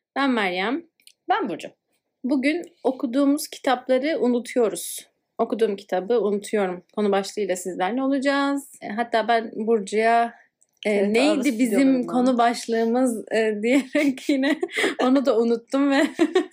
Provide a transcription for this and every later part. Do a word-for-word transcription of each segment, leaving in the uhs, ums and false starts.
Ben Meryem. Ben Burcu. Bugün okuduğumuz kitapları unutuyoruz. Okuduğum kitabı unutuyorum. Konu başlığıyla sizlerle olacağız. E, Hatta ben Burcu'ya e, Evet, neydi bizim stüdyolarından. konu başlığımız e, diyerek yine onu da unuttum ve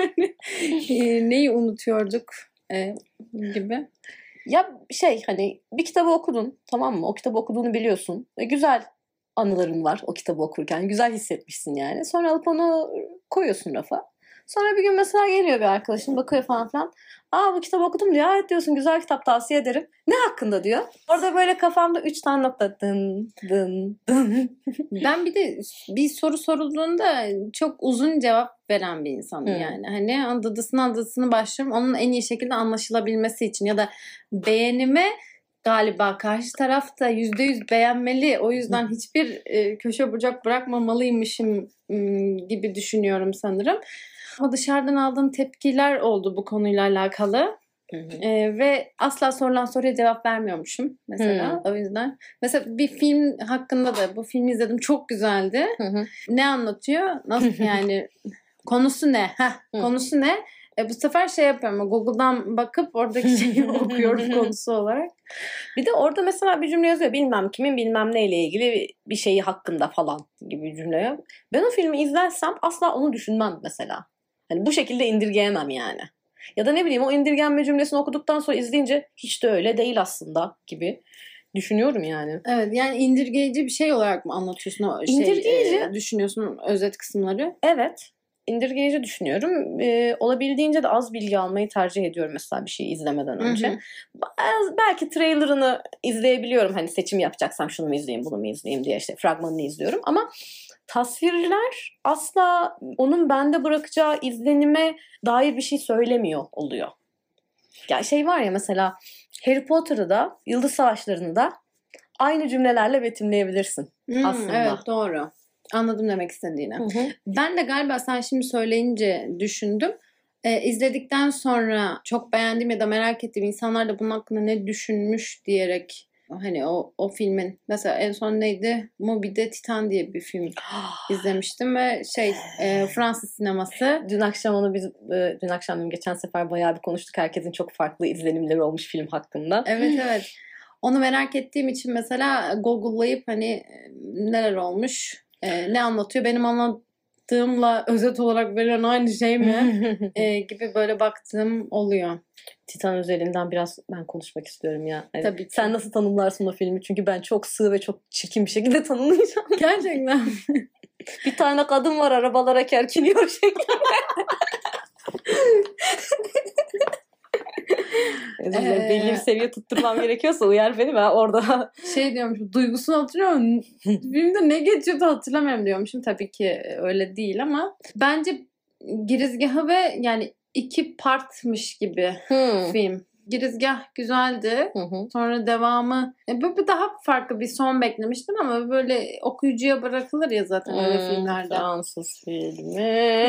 e, neyi unutuyorduk e, gibi. Ya şey hani bir kitabı okudun, tamam mı? O kitabı okuduğunu biliyorsun. Ve güzel anıların var o kitabı okurken. Güzel hissetmişsin yani. Sonra alıp onu koyuyorsun rafa. Sonra bir gün mesela geliyor bir arkadaşın, bakıyor falan filan. Aa, bu kitabı okudum diyor. Evet diyorsun, güzel kitap, tavsiye ederim. Ne hakkında diyor. Orada böyle kafamda üç tane nokta dın dın dın. Ben bir de bir soru sorulduğunda çok uzun cevap veren bir insanım Hmm. yani. Hani anladısını anladısını başlıyorum. Onun en iyi şekilde anlaşılabilmesi için ya da beğenime galiba karşı taraf da yüzde yüz beğenmeli. O yüzden hiçbir e, köşe bucak bırakmamalıymışım m, gibi düşünüyorum sanırım. Ama dışarıdan aldığım tepkiler oldu bu konuyla alakalı. Hı hı. Ee, ve asla sorulan soruya cevap vermiyormuşum mesela. O yüzden. Mesela bir film hakkında da bu filmi izledim. Çok güzeldi. Hı hı. Ne anlatıyor? Nasıl yani? Konusu ne? Heh, Hı. konusu ne? E, bu sefer şey yapıyorum. Google'dan bakıp oradaki şeyi okuyorum konusu olarak. Bir de orada mesela bir cümle yazıyor. Bilmem kimin bilmem neyle ilgili bir şeyi hakkında falan gibi bir cümle. Ben o filmi izlersem asla onu düşünmem mesela. Hani bu şekilde indirgeyemem yani. Ya da ne bileyim, o indirgenme cümlesini okuduktan sonra izleyince hiç de öyle değil aslında gibi düşünüyorum yani. Evet, yani indirgeyici bir şey olarak mı anlatıyorsun o şey? İndirgeyici. e, düşünüyorsun özet kısımları. Evet. İndirgeyici düşünüyorum. Ee, olabildiğince de az bilgi almayı tercih ediyorum mesela bir şeyi izlemeden önce. Hı hı. Ba- Belki trailerını izleyebiliyorum. Hani seçim yapacaksam şunu mu izleyeyim, bunu mu izleyeyim diye işte fragmanını izliyorum. Ama tasvirler asla onun bende bırakacağı izlenime dair bir şey söylemiyor oluyor. Ya şey var ya, mesela Harry Potter'ı da Yıldız Savaşları'nı da aynı cümlelerle betimleyebilirsin Hmm, aslında. evet, doğru. Anladım demek istediğini. Hı hı. Ben de galiba sen şimdi söyleyince düşündüm. Ee, izledikten sonra çok beğendiğim ya da merak ettiğim insanlar da bunun hakkında ne düşünmüş diyerek hani o o filmin mesela en son neydi? Moby'de Titan diye bir film izlemiştim ve şey e, Fransız sineması. Dün akşam onu biz e, dün akşam dedim, geçen sefer bayağı bir konuştuk. Herkesin çok farklı izlenimleri olmuş film hakkında. Evet, evet. Onu merak ettiğim için mesela Google'layıp hani e, neler olmuş, e, ne anlatıyor, benim anlattığımla özet olarak verilen aynı şey mi e, gibi böyle baktığım oluyor. Titan üzerinden biraz ben konuşmak istiyorum ya. Hani Tabii ki. sen nasıl tanımlarsın o filmi? Çünkü ben çok sığ ve çok çirkin bir şekilde tanımlayacağım. Gerçekten. Bir tane kadın var arabalara kerkiniyor şeklinde. Ee... Belli bir seviye tutturmam gerekiyorsa uyar beni, ben orada. Şey diyormuşum, duygusunu hatırlıyorum. Filmde ne geçiyordu hatırlamıyorum diyormuşum. Tabii ki öyle değil ama bence girizgahı ve yani iki partmış gibi Hmm. film. Girizgah güzeldi. Hı hı. Sonra devamı e, böyle daha farklı bir son beklemiştim ama böyle okuyucuya bırakılır ya zaten öyle Hmm, filmlerde. Fransız filmi.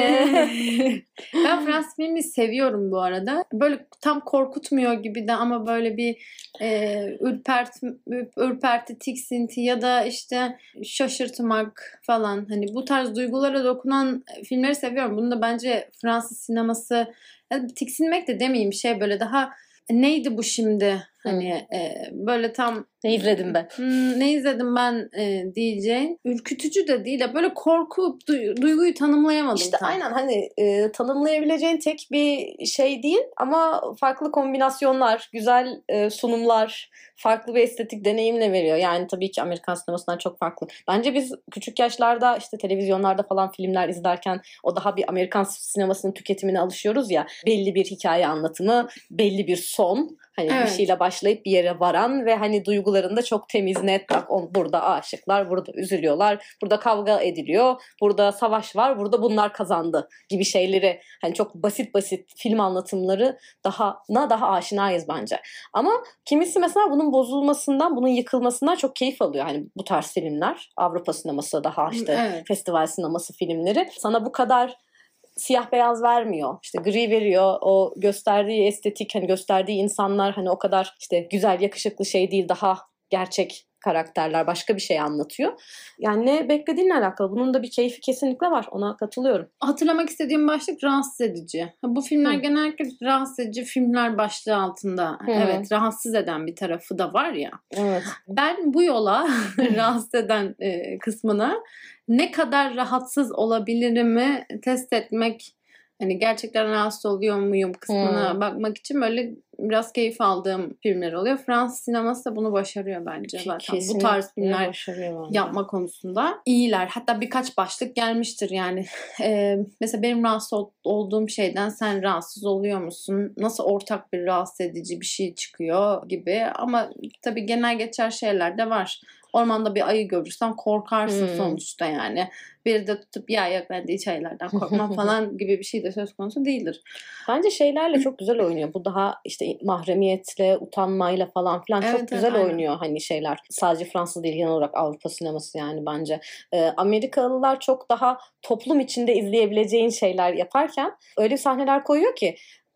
Ben Fransız filmi seviyorum bu arada. Böyle tam korkutmuyor gibi de ama böyle bir e, ürpert, ürperti, tiksinti ya da işte şaşırtmak falan. Hani bu tarz duygulara dokunan filmleri seviyorum. Bunu da bence Fransız sineması, yani tiksinmek de demeyeyim, şey böyle daha neydi bu şimdi? Hani e, böyle tam Ne izledim ben? Hmm, ne izledim ben e, diyeceğin. Ürkütücü de değil de böyle korku du- duyguyu tanımlayamadım İşte tam. aynen, hani e, tanımlayabileceğin tek bir şey değil ama farklı kombinasyonlar, güzel e, sunumlar, farklı bir estetik deneyimle veriyor. Yani tabii ki Amerikan sinemasından çok farklı. Bence biz küçük yaşlarda işte televizyonlarda falan filmler izlerken o daha bir Amerikan sinemasının tüketimine alışıyoruz ya. Belli bir hikaye anlatımı, belli bir son. Hani Evet. bir şeyle başlayıp bir yere varan ve hani duygularında çok temiz, net. Bak on, burada aşıklar, burada üzülüyorlar, burada kavga ediliyor, burada savaş var, burada bunlar kazandı gibi şeyleri, hani çok basit basit film anlatımları daha na daha aşinayız bence. Ama kimisi mesela bunun bozulmasından, bunun yıkılmasından çok keyif alıyor. Hani bu tarz filmler, Avrupa sineması daha işte Evet. festival sineması filmleri sana bu kadar siyah beyaz vermiyor. İşte gri veriyor. O gösterdiği estetik, hani gösterdiği insanlar hani o kadar işte güzel, yakışıklı şey değil, daha gerçek karakterler başka bir şey anlatıyor. Yani ne beklediğinle alakalı. Bunun da bir keyfi kesinlikle var. Ona katılıyorum. Hatırlamak istediğim başlık rahatsız edici. Bu filmler Hı. genellikle rahatsız edici filmler başlığı altında. Hı. Evet, rahatsız eden bir tarafı da var ya. Evet. Ben bu yola rahatsız eden e, kısmına ne kadar rahatsız olabilirimi test etmek, hani gerçekten rahatsız oluyor muyum kısmına hmm. bakmak için böyle biraz keyif aldığım filmler oluyor. Fransız sineması da bunu başarıyor bence zaten. Kesinlikle bu tarz filmler yapma konusunda iyiler. Hatta birkaç başlık gelmiştir yani. Ee, mesela benim rahatsız olduğum şeyden sen rahatsız oluyor musun? Nasıl ortak bir rahatsız edici bir şey çıkıyor gibi. Ama tabii genel geçer şeyler de var. Ormanda bir ayı görürsen korkarsın hmm. sonuçta yani. Biri de tutup ya yok ben de hiç ayılardan korkmam falan gibi bir şey de söz konusu değildir. Bence şeylerle çok güzel oynuyor. Bu daha işte mahremiyetle, utanmayla falan filan evet, çok güzel aynen. oynuyor hani şeyler. Sadece Fransız değil, genel olarak Avrupa sineması yani bence. Ee, Amerikalılar çok daha toplum içinde izleyebileceğin şeyler yaparken öyle sahneler koyuyor ki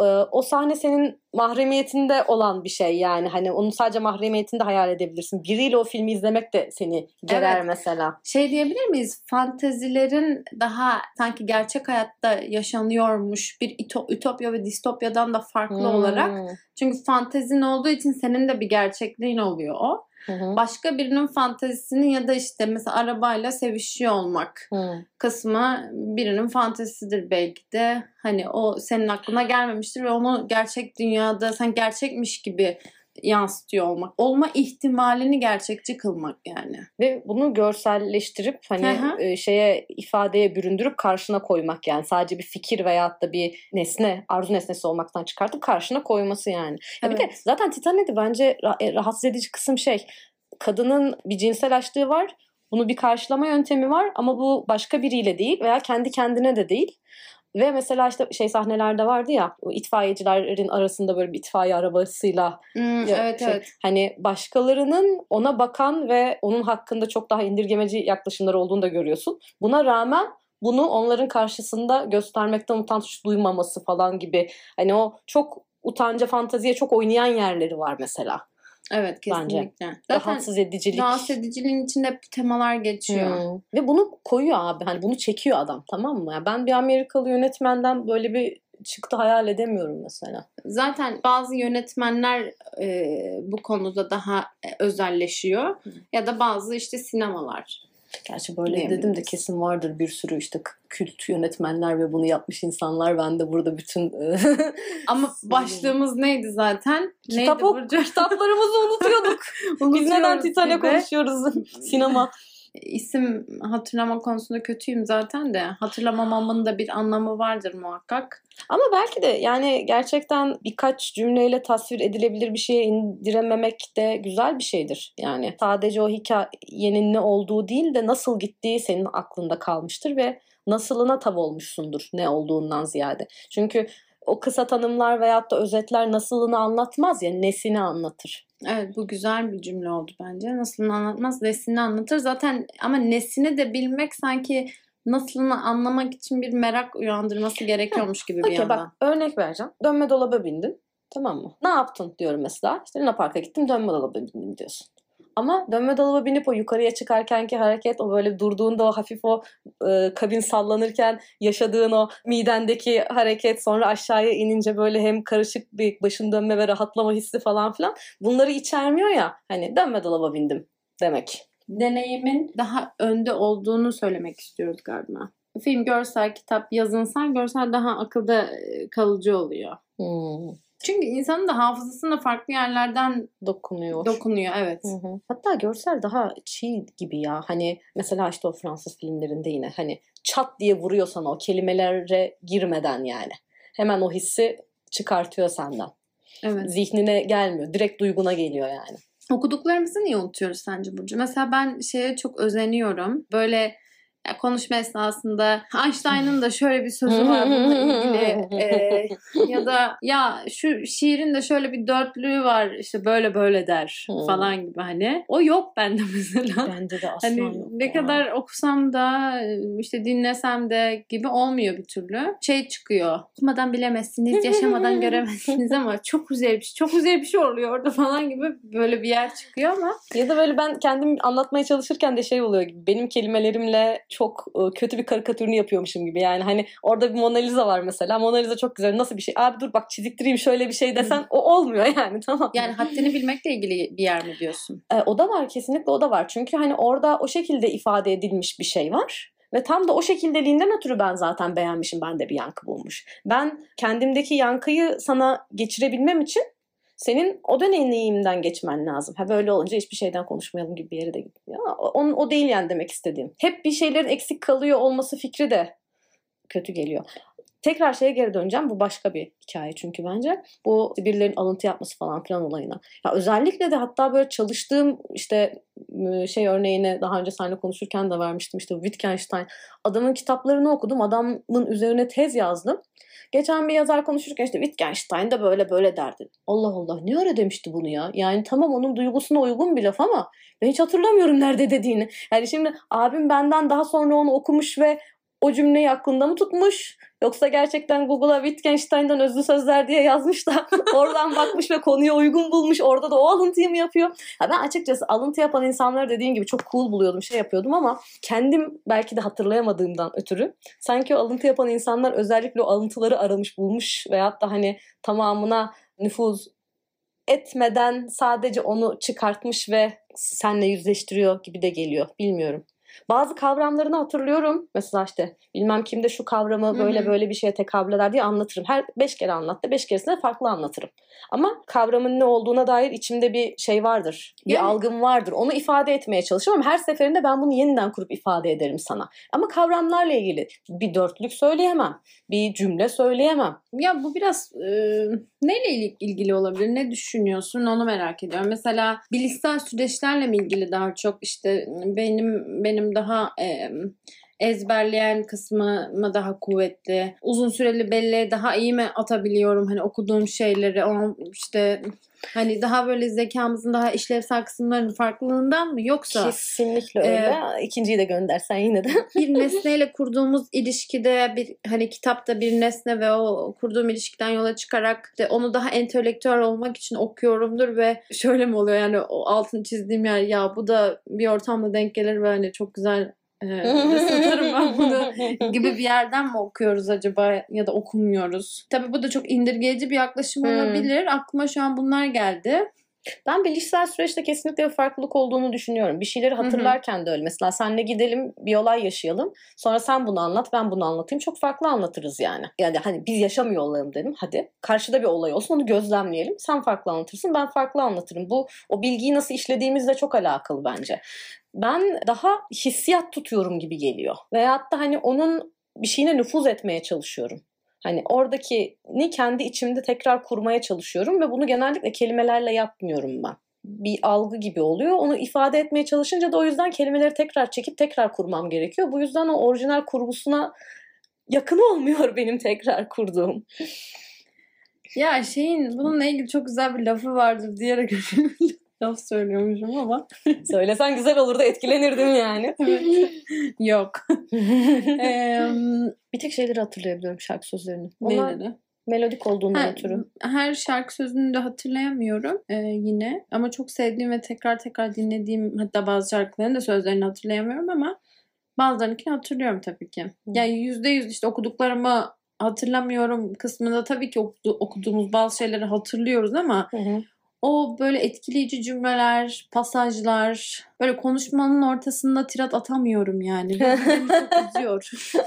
o sahne senin mahremiyetinde olan bir şey yani. Hani onu sadece mahremiyetinde hayal edebilirsin. Biriyle o filmi izlemek de seni gerer evet. mesela. Şey diyebilir miyiz? Fantezilerin daha sanki gerçek hayatta yaşanıyormuş bir ütopya ve distopyadan da farklı hmm. olarak. Çünkü fantezin olduğu için senin de bir gerçekliğin oluyor o. Hı hı. Başka birinin fantezisini ya da işte mesela arabayla sevişiyor olmak hı. kısmı birinin fantezisidir belki de. Hani o senin aklına gelmemiştir ve onu gerçek dünyada sen gerçekmiş gibi yansıtıyor olmak. Olma ihtimalini gerçekçi kılmak yani. Ve bunu görselleştirip hani e, şeye ifadeye büründürüp karşına koymak yani. Sadece bir fikir veyahut da bir nesne, arzu nesnesi olmaktan çıkartıp karşına koyması yani. Evet. Ya bir de zaten Titanic'de bence rahatsız edici kısım şey, kadının bir cinsel açlığı var. Bunu bir karşılama yöntemi var ama bu başka biriyle değil veya kendi kendine de değil. Ve mesela işte şey sahnelerde vardı ya, itfaiyecilerin arasında böyle bir itfaiye arabasıyla hmm, ya, evet, şey, evet. hani başkalarının ona bakan ve onun hakkında çok daha indirgemeci yaklaşımları olduğunu da görüyorsun. Buna rağmen bunu onların karşısında göstermekten utanç duymaması falan gibi, hani o çok utanca, fantaziye çok oynayan yerleri var mesela. Evet, kesinlikle. Bence. Rahatsız edicilik. Rahatsız ediciliğin içinde hep temalar geçiyor. Hmm. Ve bunu koyuyor abi. Hani bunu çekiyor adam, tamam mı? Yani ben bir Amerikalı yönetmenden böyle bir çıktı hayal edemiyorum mesela. Zaten bazı yönetmenler e, bu konuda daha özelleşiyor. Hmm. Ya da bazı işte sinemalar. Gerçi böyle dedim de kesin vardır bir sürü işte kült yönetmenler ve bunu yapmış insanlar. Ben de burada bütün... Ama başlığımız neydi zaten? Kitap neydi Burcu? Kitaplarımızı unutuyorduk. Biz neden Titanic konuşuyoruz? Sinema. İsim hatırlama konusunda kötüyüm zaten de. Hatırlamamamın da bir anlamı vardır muhakkak. Ama belki de yani gerçekten birkaç cümleyle tasvir edilebilir bir şeye indirememek de güzel bir şeydir. Yani sadece o hikayenin ne olduğu değil de nasıl gittiği senin aklında kalmıştır ve nasılına tav olmuşsundur ne olduğundan ziyade. Çünkü o kısa tanımlar veyahut da özetler nasılını anlatmaz ya, nesini anlatır. Evet, bu güzel bir cümle oldu bence. Nasılını anlatmaz, nesini anlatır. Zaten ama nesini de bilmek sanki nasılını anlamak için bir merak uyandırması gerekiyormuş gibi bir okay, yandan. Bak örnek vereceğim. Dönme dolaba bindin. Tamam mı? Ne yaptın diyorum mesela. İşte Luna Park'a gittim, dönme dolaba bindim diyorsun. Ama dönme dolaba binip o yukarıya çıkarkenki hareket, o böyle durduğunda o hafif o e, kabin sallanırken yaşadığın o midendeki hareket, sonra aşağıya inince böyle hem karışık bir başın dönme ve rahatlama hissi falan filan, bunları içermiyor ya, hani dönme dolaba bindim demek. Deneyimin daha önde olduğunu söylemek istiyoruz galiba. Film, görsel, kitap, yazınsal, görsel daha akılda kalıcı oluyor. Hmm. Çünkü insanın da hafızasına farklı yerlerden dokunuyor. Dokunuyor, evet. Hı hı. Hatta görsel daha çiğ gibi ya. Hani mesela işte o Fransız filmlerinde yine hani çat diye vuruyor sana o kelimelere girmeden yani. Hemen o hissi çıkartıyor senden. Evet. Zihnine gelmiyor. Direkt duyguna geliyor yani. Okuduklarımızı niye unutuyoruz sence Burcu? Mesela ben şeye çok özeniyorum. Böyle Ya konuşma esnasında Einstein'ın da şöyle bir sözü var bununla ilgili e, ya da ya şu şiirin de şöyle bir dörtlüğü var işte böyle böyle der falan gibi hani. O yok bende mesela. Bende de asla hani yok ne ya. kadar okusam da işte dinlesem de gibi olmuyor bir türlü. Şey çıkıyor. Okumadan bilemezsiniz, yaşamadan göremezsiniz ama çok güzel bir şey, çok güzel bir şey oluyor orada falan gibi böyle bir yer çıkıyor ama. Ya da böyle ben kendim anlatmaya çalışırken de şey oluyor gibi. Benim kelimelerimle çok kötü bir karikatürünü yapıyormuşum gibi. Yani hani orada bir Mona Lisa var mesela. Mona Lisa çok güzel. Nasıl bir şey? Abi dur bak çiziktireyim şöyle bir şey desen o olmuyor yani, tamam. Yani haddini bilmekle ilgili bir yer mi diyorsun? E, o da var, kesinlikle o da var. Çünkü hani orada o şekilde ifade edilmiş bir şey var. Ve tam da o şekildeliğinden ötürü ben zaten beğenmişim. Ben de bir yankı bulmuş. Ben kendimdeki yankıyı sana geçirebilmem için senin o deneyimden geçmen lazım. Ha böyle olunca hiçbir şeyden konuşmayalım gibi bir yere de gitmiyor. O, o değil yani demek istediğim. Hep bir şeylerin eksik kalıyor olması fikri de kötü geliyor. Tekrar şeye geri döneceğim. Bu başka bir hikaye çünkü bence. Bu birilerinin alıntı yapması falan filan olayına. Ya özellikle de hatta böyle çalıştığım işte şey örneğini daha önce seninle konuşurken de vermiştim. İşte Wittgenstein. Adamın kitaplarını okudum. Adamın üzerine tez yazdım. Geçen bir yazar konuşurken işte Wittgenstein de böyle böyle derdi. Allah Allah ne öyle demişti bunu ya? Yani tamam onun duygusuna uygun bir laf ama ben hiç hatırlamıyorum nerede dediğini. Yani şimdi abim benden daha sonra onu okumuş ve o cümleyi aklında mı tutmuş? Yoksa gerçekten Google'a Wittgenstein'dan özlü sözler diye yazmış da oradan bakmış ve konuya uygun bulmuş. Orada da o alıntıyı mı yapıyor? Ha ben açıkçası alıntı yapan insanları dediğin gibi çok cool buluyordum, şey yapıyordum ama kendim belki de hatırlayamadığımdan ötürü sanki o alıntı yapan insanlar özellikle o alıntıları aramış bulmuş veyahut da hani tamamına nüfuz etmeden sadece onu çıkartmış ve seninle yüzleştiriyor gibi de geliyor. Bilmiyorum. Bazı kavramlarını hatırlıyorum. Mesela işte bilmem kimde şu kavramı böyle hı hı. böyle bir şeye tekabül eder diye anlatırım. Her beş kere anlattı. Beş keresinde farklı anlatırım. Ama kavramın ne olduğuna dair içimde bir şey vardır. Bir yani, algım vardır. Onu ifade etmeye çalışıyorum ama her seferinde ben bunu yeniden kurup ifade ederim sana. Ama kavramlarla ilgili bir dörtlük söyleyemem. Bir cümle söyleyemem. Ya bu biraz e, neyle ilgili olabilir? Ne düşünüyorsun? Onu merak ediyorum. Mesela bilişsel süreçlerle mi ilgili daha çok işte benim benim daha e, ezberleyen kısmı mı daha kuvvetli? Uzun süreli belleğe daha iyi mi atabiliyorum hani okuduğum şeyleri? O işte hani daha böyle zekamızın daha işlevsel kısımlarının farklılığından mı yoksa? Kesinlikle öyle. E, İkinciyi de göndersen yine de. Bir nesneyle kurduğumuz ilişkide bir hani kitapta bir nesne ve o kurduğum ilişkiden yola çıkarak de onu daha entelektüel olmak için okuyorumdur ve şöyle mi oluyor yani o altını çizdiğim yer ya bu da bir ortamda denk gelir ve hani çok güzel Ee, satarım ben bunu gibi bir yerden mi okuyoruz acaba ya da okumuyoruz? Tabii bu da çok indirgeyici bir yaklaşım olabilir. Hmm. Aklıma şu an bunlar geldi. Ben bilişsel süreçte kesinlikle bir farklılık olduğunu düşünüyorum. Bir şeyleri hatırlarken Hı-hı. de öyle. Mesela senle gidelim bir olay yaşayalım. Sonra sen bunu anlat, ben bunu anlatayım. Çok farklı anlatırız yani. Yani hani biz yaşamıyor olalım dedim. Hadi karşıda bir olay olsun onu gözlemleyelim. Sen farklı anlatırsın, ben farklı anlatırım. Bu o bilgiyi nasıl işlediğimizle çok alakalı bence. Ben daha hissiyat tutuyorum gibi geliyor. Veyahut da hani onun bir şeyine nüfuz etmeye çalışıyorum. Hani oradakini kendi içimde tekrar kurmaya çalışıyorum ve bunu genellikle kelimelerle yapmıyorum ben. Bir algı gibi oluyor. Onu ifade etmeye çalışınca da o yüzden kelimeleri tekrar çekip tekrar kurmam gerekiyor. Bu yüzden o orijinal kurgusuna yakın olmuyor benim tekrar kurduğum. Ya şeyin bununla ilgili çok güzel bir lafı vardır diyerek laf söylüyormuşum ama. Söylesen güzel olurdu, etkilenirdim yani. Yok. ee, bir tek şeyleri hatırlayabiliyorum, şarkı sözlerini. Neleri? Melodik olduğundan her, ötürü. Her şarkı sözünü de hatırlayamıyorum ee, yine. Ama çok sevdiğim ve tekrar tekrar dinlediğim hatta bazı şarkıların da sözlerini hatırlayamıyorum ama bazılarınkini hatırlıyorum tabii ki. Hmm. Yani yüzde yüz işte okuduklarımı hatırlamıyorum kısmında tabii ki okudu, okuduğumuz bazı şeyleri hatırlıyoruz ama hı hı. O böyle etkileyici cümleler, pasajlar, böyle konuşmanın ortasında tirat atamıyorum yani. Beni çok üzüyor.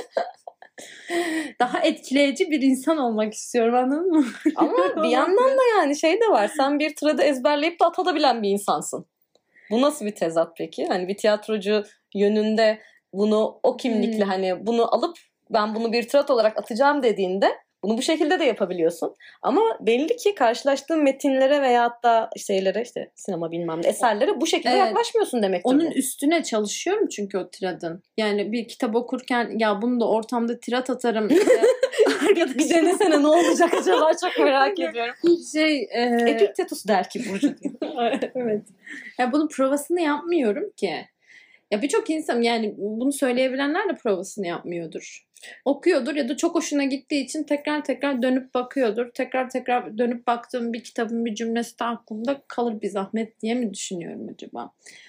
Daha etkileyici bir insan olmak istiyorum, anladın mı? Ama bir yandan da yani şey de var. Sen bir tiradı ezberleyip de atabilen bir insansın. Bu nasıl bir tezat peki? Hani bir tiyatrocu yönünde bunu o kimlikle hmm. hani bunu alıp ben bunu bir tirat olarak atacağım dediğinde Bunu bu şekilde de yapabiliyorsun. Ama belli ki karşılaştığın metinlere veyahut da şeylere işte sinema bilmem ne eserlere bu şekilde Evet. yaklaşmıyorsun demektir Onun bu. üstüne çalışıyorum çünkü o tiradın. Yani bir kitap okurken ya bunu da ortamda tirat atarım. Bir denesene ne olacak acaba çok merak ediyorum. Şey, e... Epiktetus der ki Burcu diyor. Evet. Ya bunun provasını yapmıyorum ki. Ya birçok insan yani bunu söyleyebilenler de provasını yapmıyordur. Okuyordur ya da çok hoşuna gittiği için tekrar tekrar dönüp bakıyordur. Tekrar tekrar dönüp baktığım bir kitabın bir cümlesi de aklımda kalır bir zahmet diye mi düşünüyorum acaba?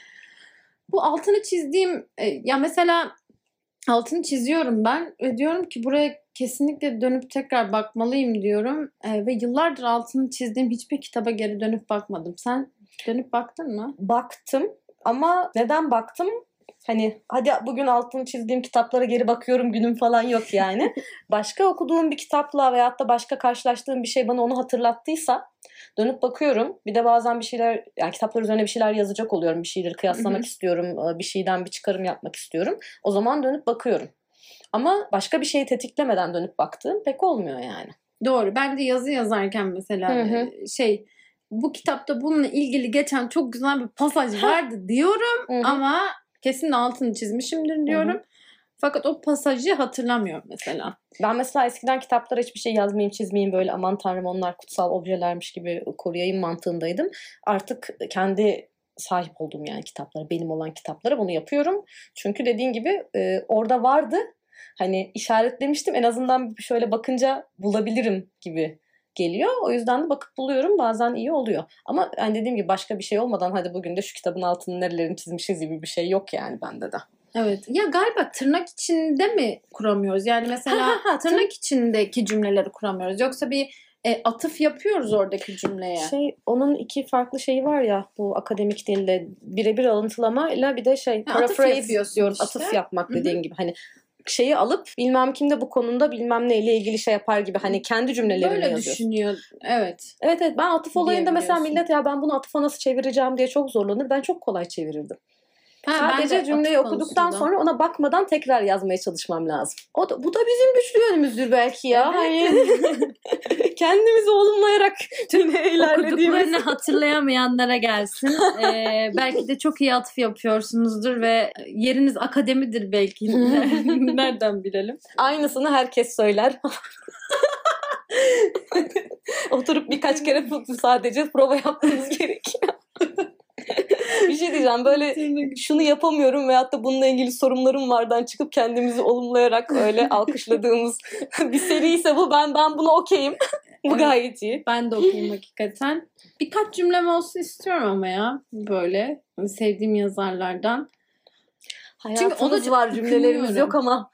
Bu altını çizdiğim ya mesela altını çiziyorum ben ve diyorum ki buraya kesinlikle dönüp tekrar bakmalıyım diyorum. E, ve yıllardır altını çizdiğim hiçbir kitaba geri dönüp bakmadım. Sen dönüp baktın mı? Baktım ama neden baktım? Hani hadi bugün altını çizdiğim kitaplara geri bakıyorum günüm falan yok yani. Başka okuduğum bir kitapla veyahut da başka karşılaştığım bir şey bana onu hatırlattıysa dönüp bakıyorum. Bir de bazen bir şeyler, yani kitaplar üzerine bir şeyler yazacak oluyorum. Bir şeyleri kıyaslamak Hı-hı. istiyorum. Bir şeyden bir çıkarım yapmak istiyorum. O zaman dönüp bakıyorum. Ama başka bir şeyi tetiklemeden dönüp baktığım pek olmuyor yani. Doğru. Ben de yazı yazarken mesela Hı-hı. şey bu kitapta bununla ilgili geçen çok güzel bir pasaj vardı diyorum Hı-hı. ama kesin altını çizmişimdir diyorum. Hı-hı. Fakat o pasajı hatırlamıyorum mesela. Ben mesela eskiden kitaplara hiçbir şey yazmayayım, çizmeyeyim böyle aman tanrım onlar kutsal objelermiş gibi koruyayım mantığındaydım. Artık kendi sahip olduğum yani kitaplara, benim olan kitaplara bunu yapıyorum. Çünkü dediğin gibi e, orada vardı. Hani işaretlemiştim en azından şöyle bakınca bulabilirim gibi geliyor. O yüzden de bakıp buluyorum. Bazen iyi oluyor. Ama hani dediğim gibi başka bir şey olmadan hadi bugün de şu kitabın altını nerelerini çizmişiz gibi bir şey yok yani bende de. Evet. Ya galiba tırnak içinde mi kuramıyoruz? Yani mesela ha, ha, ha, tırnak içindeki cümleleri kuramıyoruz. Yoksa bir e, atıf yapıyoruz oradaki cümleye. Şey, onun iki farklı şeyi var ya bu akademik dilde. Birebir alıntılamayla bir de şey ha, paraphrase diyoruz. Işte. Atıf yapmak dediğin Hı-hı. gibi. Hani şeyi alıp bilmem kim de bu konuda bilmem neyle ilgili şey yapar gibi hani kendi cümlelerini Böyle yazıyorsun. düşünüyor. Evet. Evet evet ben atıf olayında mesela millet ya ben bunu atıfa nasıl çevireceğim diye çok zorlanır. Ben çok kolay çevirirdim. Ha, sadece cümleyi okuduktan konusunda. sonra ona bakmadan tekrar yazmaya çalışmam lazım. O da, bu da bizim güçlü yönümüzdür belki ya. Evet. Hani kendimizi olumlayarak ilerlediğimiz. Okuduklarını hatırlayamayanlara gelsin. Ee, belki de çok iyi atıf yapıyorsunuzdur ve yeriniz akademidir belki. Nereden bilelim? Aynısını herkes söyler. Oturup birkaç kere sadece prova yapmanız gerekiyor. Bir şey diyeceğim böyle şunu yapamıyorum veyahut da bununla ilgili sorunlarım vardan çıkıp kendimizi olumlayarak öyle alkışladığımız bir seri ise bu ben ben buna okeyim. Bu evet, gayet iyi. Ben de okeyim hakikaten. Birkaç cümlem olsun istiyorum ama ya böyle sevdiğim yazarlardan. Hayatımız Çünkü o da var cümlelerimiz yok ama.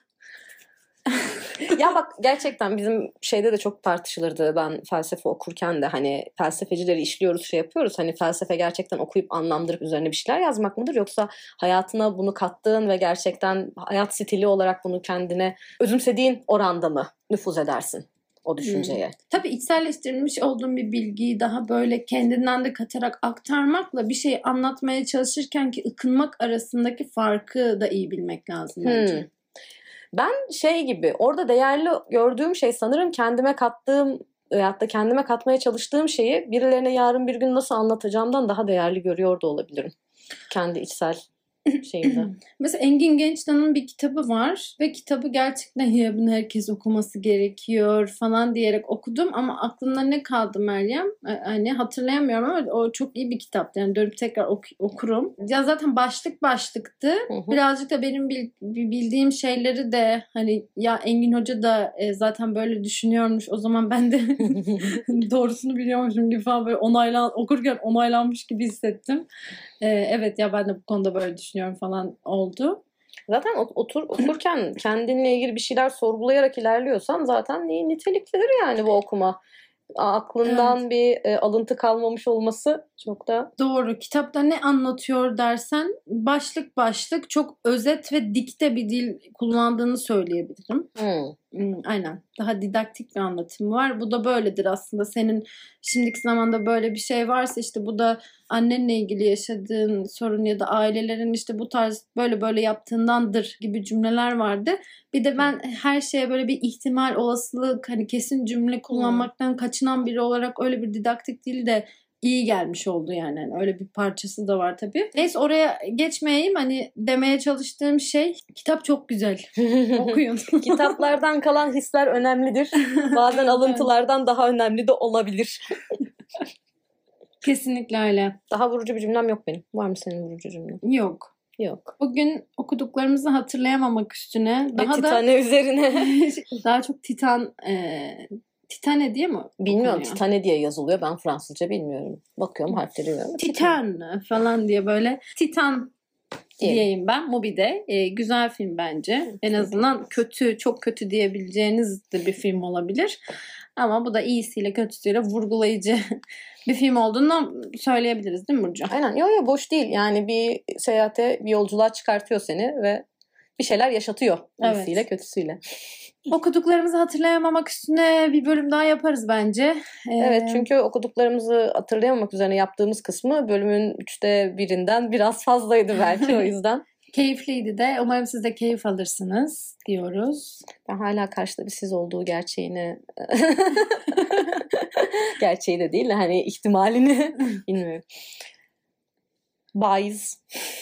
Ya bak gerçekten bizim şeyde de çok tartışılırdı ben felsefe okurken de hani felsefecileri işliyoruz şey yapıyoruz hani felsefe gerçekten okuyup anlamlandırıp üzerine bir şeyler yazmak mıdır yoksa hayatına bunu kattığın ve gerçekten hayat stili olarak bunu kendine özümsediğin oranda mı nüfuz edersin o düşünceye? Hmm. Tabii içselleştirilmiş olduğun bir bilgiyi daha böyle kendinden de katarak aktarmakla bir şey anlatmaya çalışırken ki ıkınmak arasındaki farkı da iyi bilmek lazım bence. Hmm. Ben şey gibi orada değerli gördüğüm şey sanırım kendime kattığım veyahut da kendime katmaya çalıştığım şeyi birilerine yarın bir gün nasıl anlatacağımdan daha değerli görüyor da olabilirim. Kendi içsel şeyimde. Mesela Engin Gençtan'ın bir kitabı var ve kitabı gerçekten ya bunu herkes okuması gerekiyor falan diyerek okudum ama aklımda ne kaldı Meryem? Hani hatırlayamıyorum ama o çok iyi bir kitaptı. Yani dönüp tekrar ok- okurum. Ya zaten başlık başlıktı. Hı hı. Birazcık da benim bil- bildiğim şeyleri de hani ya Engin Hoca da e, zaten böyle düşünüyormuş. O zaman ben de doğrusunu biliyormuşum gibi falan böyle onaylan okurken onaylanmış gibi hissettim. E, evet ya ben de bu konuda böyle düşünüyorum falan oldu. Zaten otur okurken kendinle ilgili bir şeyler sorgulayarak ilerliyorsan zaten niteliklidir yani bu okuma. Aklından evet. bir e, alıntı kalmamış olması çok da... Doğru. Kitapta ne anlatıyor dersen başlık başlık çok özet ve dikte bir dil kullandığını söyleyebilirim. Hmm. Hmm, aynen. Daha didaktik bir anlatımı var. Bu da böyledir aslında. Senin şimdiki zamanda böyle bir şey varsa işte bu da annenle ilgili yaşadığın sorun ya da ailelerin işte bu tarz böyle böyle yaptığındandır gibi cümleler vardı. Bir de ben her şeye böyle bir ihtimal, olasılık, hani kesin cümle kullanmaktan kaçınan biri olarak öyle bir didaktik dil de iyi gelmiş oldu yani. Yani öyle bir parçası da var tabii. Neyse oraya geçmeyeyim. Hani demeye çalıştığım şey, kitap çok güzel. Okuyun. Kitaplardan kalan hisler önemlidir. Bazen alıntılardan daha önemli de olabilir. Kesinlikle öyle. Daha vurucu bir cümlem yok benim. Var mı senin vurucu cümlen? Yok. Yok. Bugün okuduklarımızı hatırlayamamak üstüne Ve daha da Titane üzerine. daha çok Titan e, Titane diye mi Bilmiyorum. okunuyor? Titane diye yazılıyor. Ben Fransızca bilmiyorum. Bakıyorum harfleri görüyorum. Titan falan diye böyle. Titan Diyelim. diyeyim ben. Mubi'de. E, güzel film bence. En azından kötü, çok kötü diyebileceğiniz de bir film olabilir. Ama bu da iyisiyle kötüsüyle vurgulayıcı bir film olduğunu söyleyebiliriz değil mi Burcu? Aynen. Yok yok boş değil. Yani bir seyahate, bir yolculuğa çıkartıyor seni ve bir şeyler yaşatıyor. İyisiyle Evet. kötüsüyle. Okuduklarımızı hatırlayamamak üstüne bir bölüm daha yaparız bence. Ee, Evet çünkü okuduklarımızı hatırlayamamak üzerine yaptığımız kısmı bölümün üçte birinden biraz fazlaydı belki o yüzden. Keyifliydi de. Umarım siz de keyif alırsınız diyoruz. Ben hala karşıda bir siz olduğu gerçeğini gerçeği de değil de hani ihtimalini bilmiyorum. Bye.